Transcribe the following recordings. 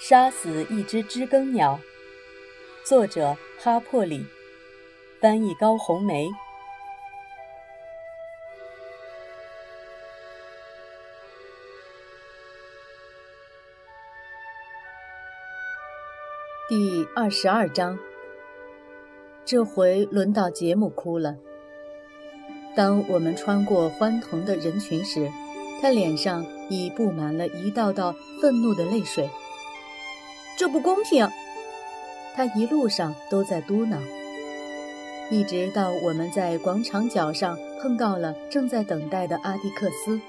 杀死一只知更鸟，作者哈珀里，翻译高红梅。第22章，这回轮到杰姆哭了。当我们穿过欢腾的人群时，他脸上已布满了一道道愤怒的泪水。这不公平！他一路上都在嘟囔，一直到我们在广场角上碰到了正在等待的阿蒂克斯。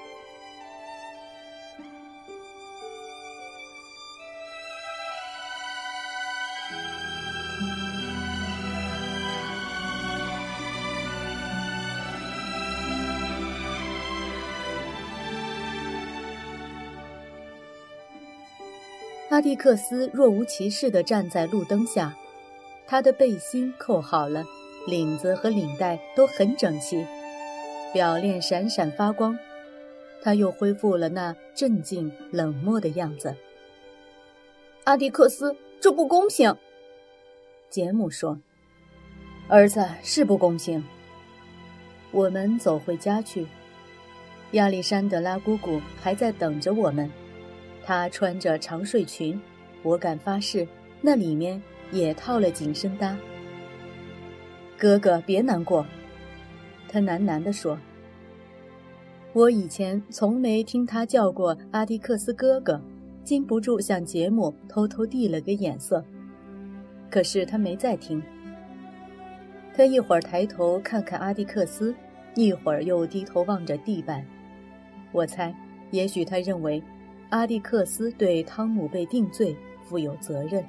阿蒂克斯若无其事地站在路灯下，他的背心扣好了，领子和领带都很整齐，表链闪闪发光。他又恢复了那镇静冷漠的样子。阿蒂克斯，这不公平！杰姆说。儿子，是不公平。我们走回家去，亚历山德拉姑姑还在等着我们。她穿着长睡裙，我敢发誓，那里面也套了紧身搭。哥哥，别难过，她喃喃地说。我以前从没听她叫过阿蒂克斯哥哥，禁不住向杰姆偷偷递了个眼色。可是他没再听。他一会儿抬头看看阿蒂克斯，一会儿又低头望着地板。我猜，也许他认为阿蒂克斯对汤姆被定罪负有责任。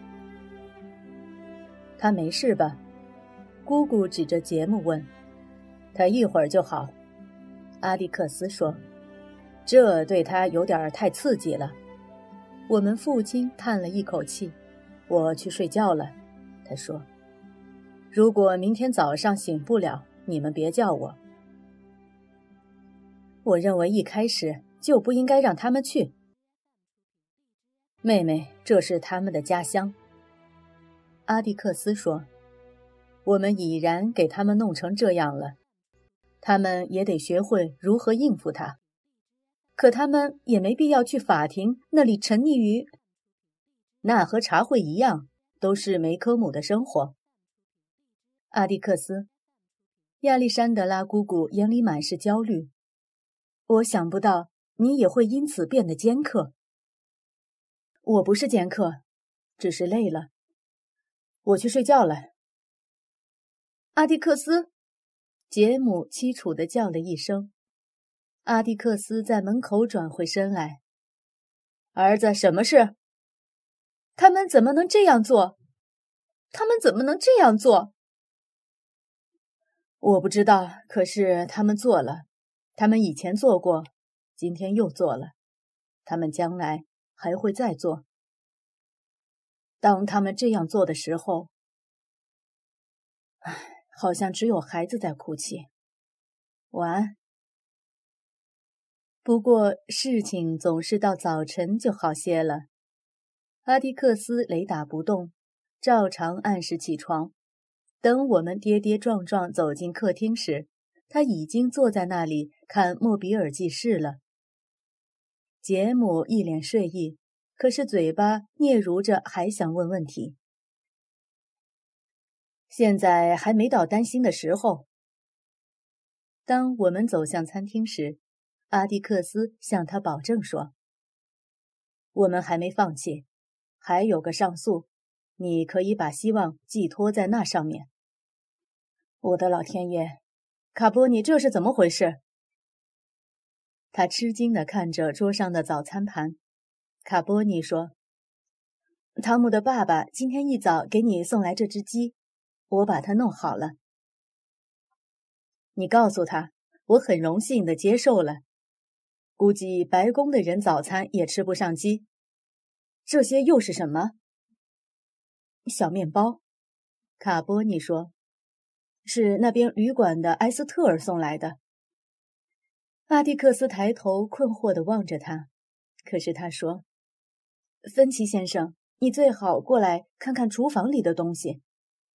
他没事吧？姑姑指着杰姆问。他一会儿就好，阿蒂克斯说。这对他有点太刺激了。我们父亲叹了一口气。我去睡觉了，他说。如果明天早上醒不了，你们别叫我。我认为一开始就不应该让他们去。妹妹，这是他们的家乡。阿蒂克斯说。我们已然给他们弄成这样了，他们也得学会如何应付他。可他们也没必要去法庭那里沉溺于……那和茶会一样，都是梅科姆的生活。阿蒂克斯，亚历山德拉姑姑眼里满是焦虑。我想不到你也会因此变得尖刻。我不是尖刻，只是累了。我去睡觉了。阿蒂克斯，杰姆凄楚地叫了一声。阿蒂克斯在门口转回身来。儿子，什么事？他们怎么能这样做？他们怎么能这样做？我不知道，可是他们做了。他们以前做过，今天又做了。他们将来还会再做。当他们这样做的时候，好像只有孩子在哭泣。晚安。不过事情总是到早晨就好些了。阿蒂克斯雷打不动，照常按时起床。等我们跌跌撞撞走进客厅时，他已经坐在那里看莫比尔记事了。杰姆一脸睡意，可是嘴巴嗫嚅着还想问问题。现在还没到担心的时候。当我们走向餐厅时，阿蒂克斯向他保证说，我们还没放弃，还有个上诉，你可以把希望寄托在那上面。我的老天爷，卡波尼，这是怎么回事？他吃惊地看着桌上的早餐盘。卡波尼说，汤姆的爸爸今天一早给你送来这只鸡，我把它弄好了。你告诉他，我很荣幸地接受了。估计白宫的人早餐也吃不上鸡。这些又是什么？小面包。卡波尼说，是那边旅馆的埃斯特尔送来的。阿蒂克斯抬头困惑地望着他，可是他说，芬奇先生， 你最好过来看看厨房里的东西。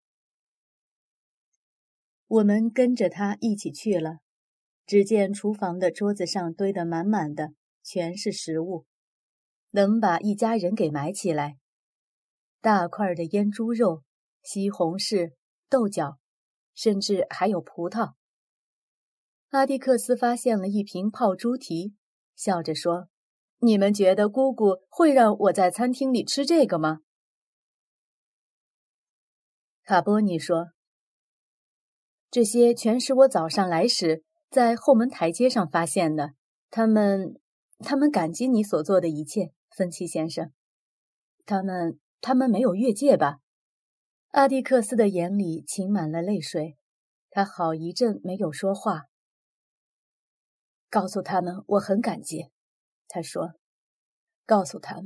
我们跟着他一起去了，只见厨房的桌子上堆得满满的，全是食物，能把一家人给埋起来。大块的腌猪肉、西红柿、豆角，甚至还有葡萄。阿蒂克斯发现了一瓶泡猪蹄，笑着说：“你们觉得姑姑会让我在餐厅里吃这个吗？”卡波尼说：“这些全是我早上来时在后门台阶上发现的。他们感激你所做的一切，芬奇先生。他们没有越界吧？”阿蒂克斯的眼里噙满了泪水，他好一阵没有说话。告诉他们我很感激，他说。告诉他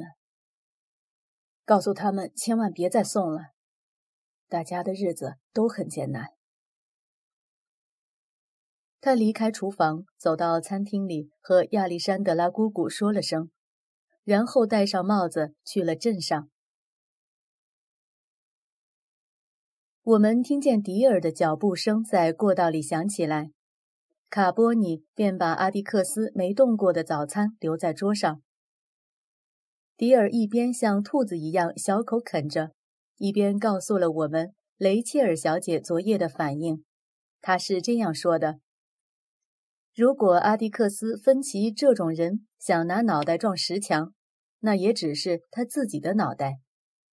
们千万别再送了，大家的日子都很艰难。他离开厨房，走到餐厅里，和亚历山德拉姑姑说了声，然后戴上帽子去了镇上。我们听见迪尔的脚步声在过道里响起来，卡波尼便把阿迪克斯没动过的早餐留在桌上。迪尔一边像兔子一样小口啃着，一边告诉了我们雷切尔小姐昨夜的反应。她是这样说的：如果阿迪克斯芬奇这种人想拿脑袋撞石墙，那也只是他自己的脑袋。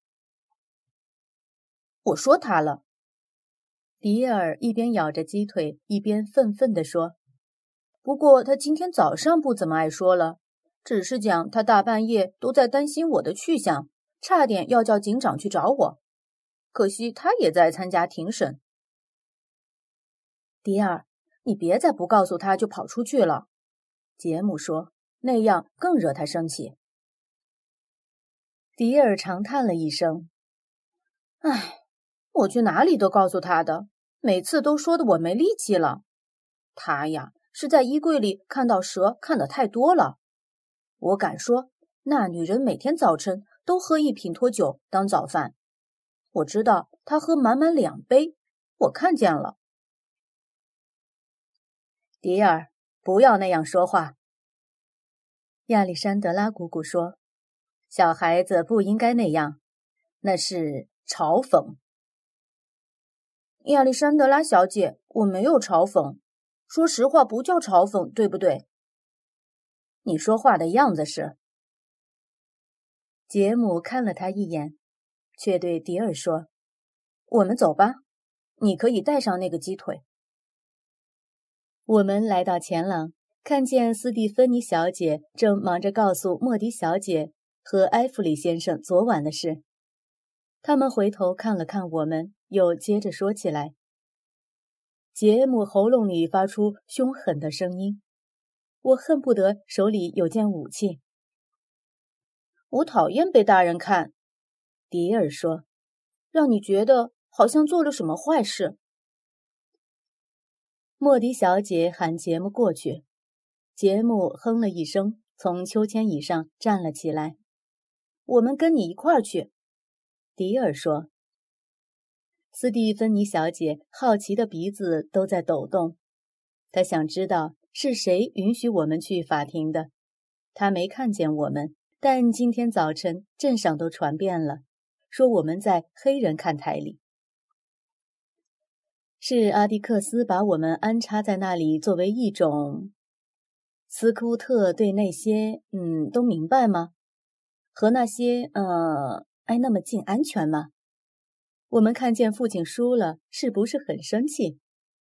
我说他了。迪尔一边咬着鸡腿，一边愤愤地说：不过他今天早上不怎么爱说了，只是讲他大半夜都在担心我的去向，差点要叫警长去找我。可惜他也在参加庭审。迪尔，你别再不告诉他就跑出去了，杰姆说，那样更惹他生气。迪尔长叹了一声，唉，我去哪里都告诉他的，每次都说的我没力气了。他呀，是在衣柜里看到蛇看得太多了。我敢说，那女人每天早晨都喝一品脱酒当早饭。我知道她喝满满2杯，我看见了。迪尔，不要那样说话。亚历山德拉姑姑说，小孩子不应该那样，那是嘲讽。亚历山德拉小姐，我没有嘲讽，说实话不叫嘲讽，对不对？你说话的样子是。杰姆看了他一眼，却对迪尔说，我们走吧，你可以带上那个鸡腿。我们来到前廊，看见斯蒂芬妮小姐正忙着告诉莫迪小姐和埃弗里先生昨晚的事。他们回头看了看我们，又接着说起来。杰姆喉咙里发出凶狠的声音，我恨不得手里有件武器。我讨厌被大人看，迪尔说，让你觉得好像做了什么坏事。莫迪小姐喊杰姆过去，杰姆哼了一声，从秋千椅上站了起来。我们跟你一块儿去，迪尔说。斯蒂芬妮小姐好奇的鼻子都在抖动，她想知道是谁允许我们去法庭的。她没看见我们，但今天早晨镇上都传遍了，说我们在黑人看台里。是阿迪克斯把我们安插在那里作为一种……斯库特对那些……都明白吗？和那些……挨那么近安全吗？我们看见父亲输了，是不是很生气？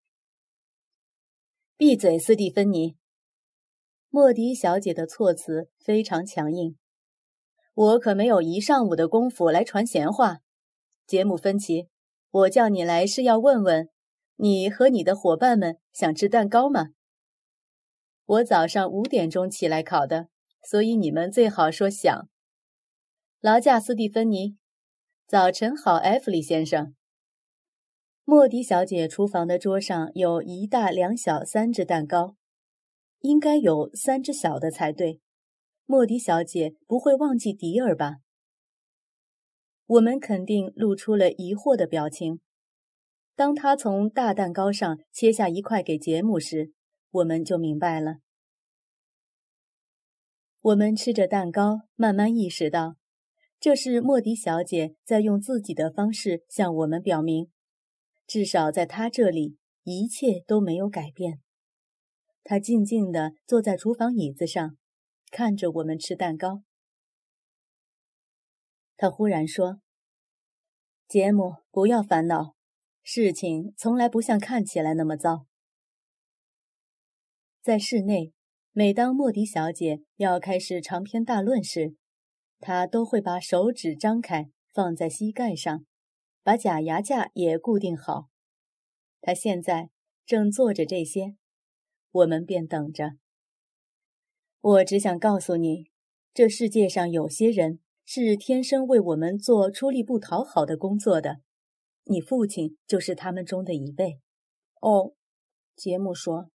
闭嘴，斯蒂芬妮。莫迪小姐的措辞非常强硬。我可没有1上午的功夫来传闲话。杰姆·芬奇，我叫你来是要问问，你和你的伙伴们想吃蛋糕吗？我早上5点钟起来烤的，所以你们最好说想。劳驾，斯蒂芬妮。早晨好，埃弗里先生。莫迪小姐厨房的桌上有1大2小3只蛋糕，应该有3只小的才对。莫迪小姐不会忘记迪尔吧？ 我们肯定露出了疑惑的表情。当他从大蛋糕上切下一块给杰姆时，我们就明白了。我们吃着蛋糕，慢慢意识到，这是莫迪小姐在用自己的方式向我们表明，至少在她这里，一切都没有改变。她静静地坐在厨房椅子上，看着我们吃蛋糕。她忽然说：“杰姆，不要烦恼，事情从来不像看起来那么糟。”在室内，每当莫迪小姐要开始长篇大论时，她都会把手指张开放在膝盖上，把假牙架也固定好。她现在正做着这些，我们便等着。我只想告诉你，这世界上有些人是天生为我们做出力不讨好的工作的，你父亲就是他们中的一位。哦，杰姆说。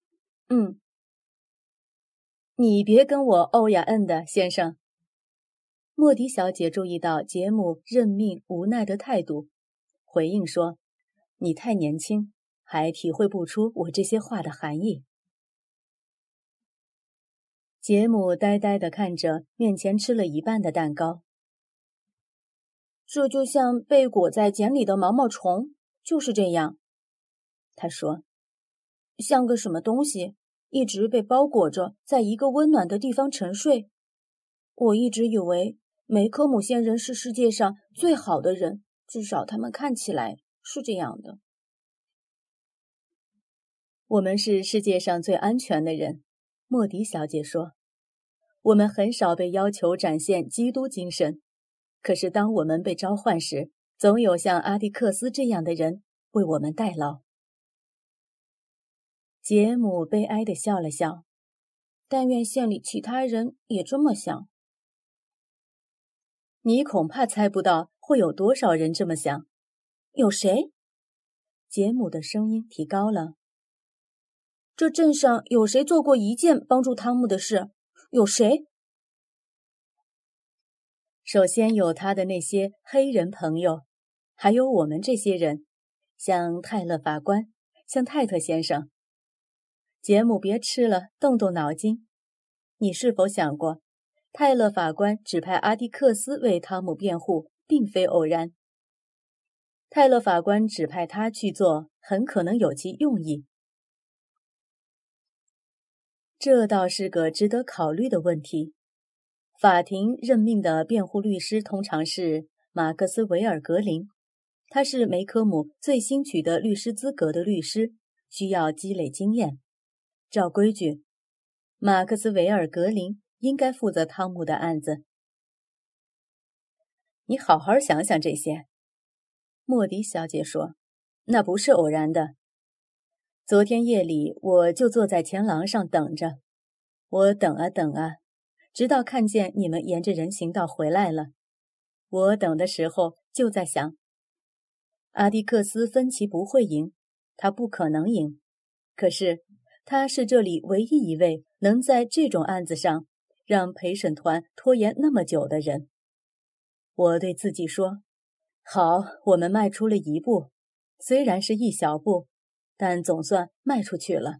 你别跟我欧呀的，先生。莫迪小姐注意到杰姆认命无奈的态度，回应说：“你太年轻，还体会不出我这些话的含义。”杰姆呆呆地看着面前吃了一半的蛋糕。这就像被裹在茧里的毛毛虫，就是这样。他说：“像个什么东西。”一直被包裹着，在一个温暖的地方沉睡。我一直以为梅科姆先人是世界上最好的人，至少他们看起来是这样的。我们是世界上最安全的人，莫迪小姐说。我们很少被要求展现基督精神，可是当我们被召唤时，总有像阿蒂克斯这样的人为我们代劳。杰姆悲哀地笑了笑，但愿县里其他人也这么想。你恐怕猜不到会有多少人这么想。有谁？杰姆的声音提高了。这镇上有谁做过一件帮助汤姆的事？有谁？首先有他的那些黑人朋友，还有我们这些人，像泰勒法官，像泰特先生。杰姆，别吃了，动动脑筋。你是否想过，泰勒法官指派阿蒂克斯为汤姆辩护，并非偶然。泰勒法官指派他去做，很可能有其用意。这倒是个值得考虑的问题。法庭任命的辩护律师通常是马克斯·维尔格林，他是梅科姆最新取得律师资格的律师，需要积累经验。照规矩，马克斯·维尔格林应该负责汤姆的案子。你好好想想这些，莫迪小姐说，那不是偶然的。昨天夜里我就坐在前廊上等着，我等啊等啊，直到看见你们沿着人行道回来了。我等的时候就在想，阿蒂克斯芬奇不会赢，他不可能赢。可是他是这里唯一一位能在这种案子上让陪审团拖延那么久的人。我对自己说，好，我们迈出了一步，虽然是一小步，但总算迈出去了。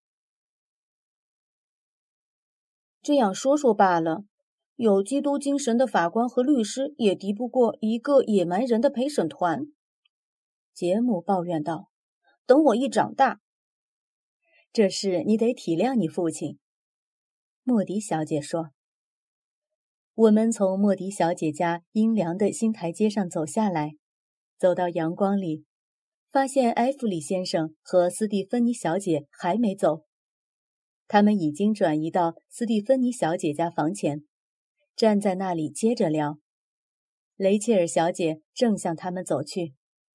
这样说说罢了，有基督精神的法官和律师也敌不过一个野蛮人的陪审团。杰姆抱怨道，等我一长大。这事你得体谅你父亲，莫迪小姐说。我们从莫迪小姐家阴凉的新台阶上走下来，走到阳光里，发现埃弗里先生和斯蒂芬妮小姐还没走。他们已经转移到斯蒂芬妮小姐家房前，站在那里接着聊。雷切尔小姐正向他们走去。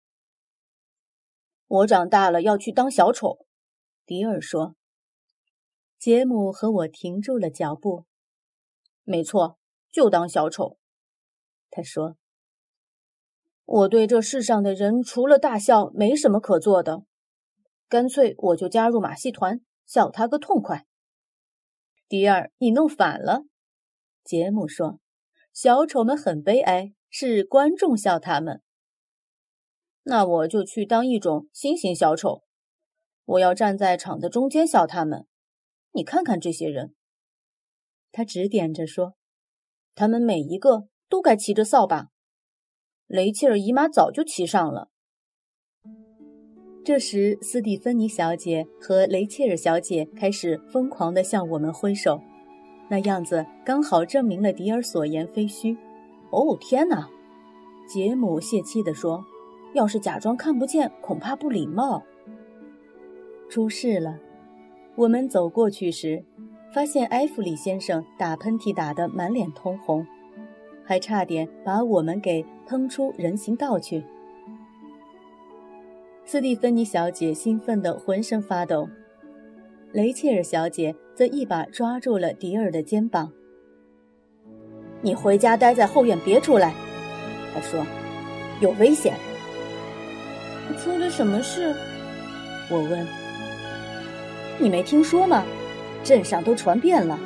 我长大了要去当小丑，迪尔说。杰姆和我停住了脚步。没错，就当小丑，他说。我对这世上的人除了大笑没什么可做的，干脆我就加入马戏团，笑他个痛快。迪尔，你弄反了，杰姆说。小丑们很悲哀， 是观众笑他们。那我就去当一种新型小丑，我要站在场的中间笑他们。你看看这些人。他指点着说，他们每一个都该骑着扫把。雷切尔姨妈早就骑上了。这时，斯蒂芬妮小姐和雷切尔小姐开始疯狂地向我们挥手，那样子刚好证明了迪尔所言非虚。哦，天哪！杰姆泄气地说，要是假装看不见，恐怕不礼貌。出事了。我们走过去时，发现埃弗里先生打喷嚏打得满脸通红，还差点把我们给喷出人行道去。斯蒂芬妮小姐兴奋得浑身发抖，雷切尔小姐则一把抓住了迪尔的肩膀。你回家待在后院，别出来，她说，有危险。出了什么事？我问。你没听说吗？镇上都传遍了。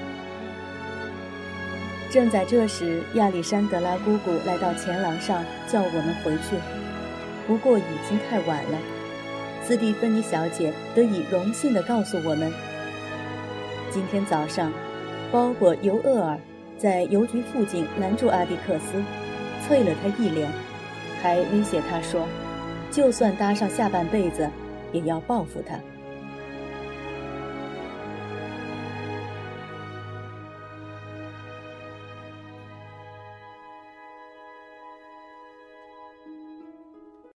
正在这时，亚历山德拉姑姑来到前廊上，叫我们回去。不过已经太晚了。斯蒂芬妮小姐得以荣幸地告诉我们，今天早上，包裹尤厄尔在邮局附近拦住阿蒂克斯，啐了他一脸，还威胁他说，就算搭上下半辈子，也要报复他。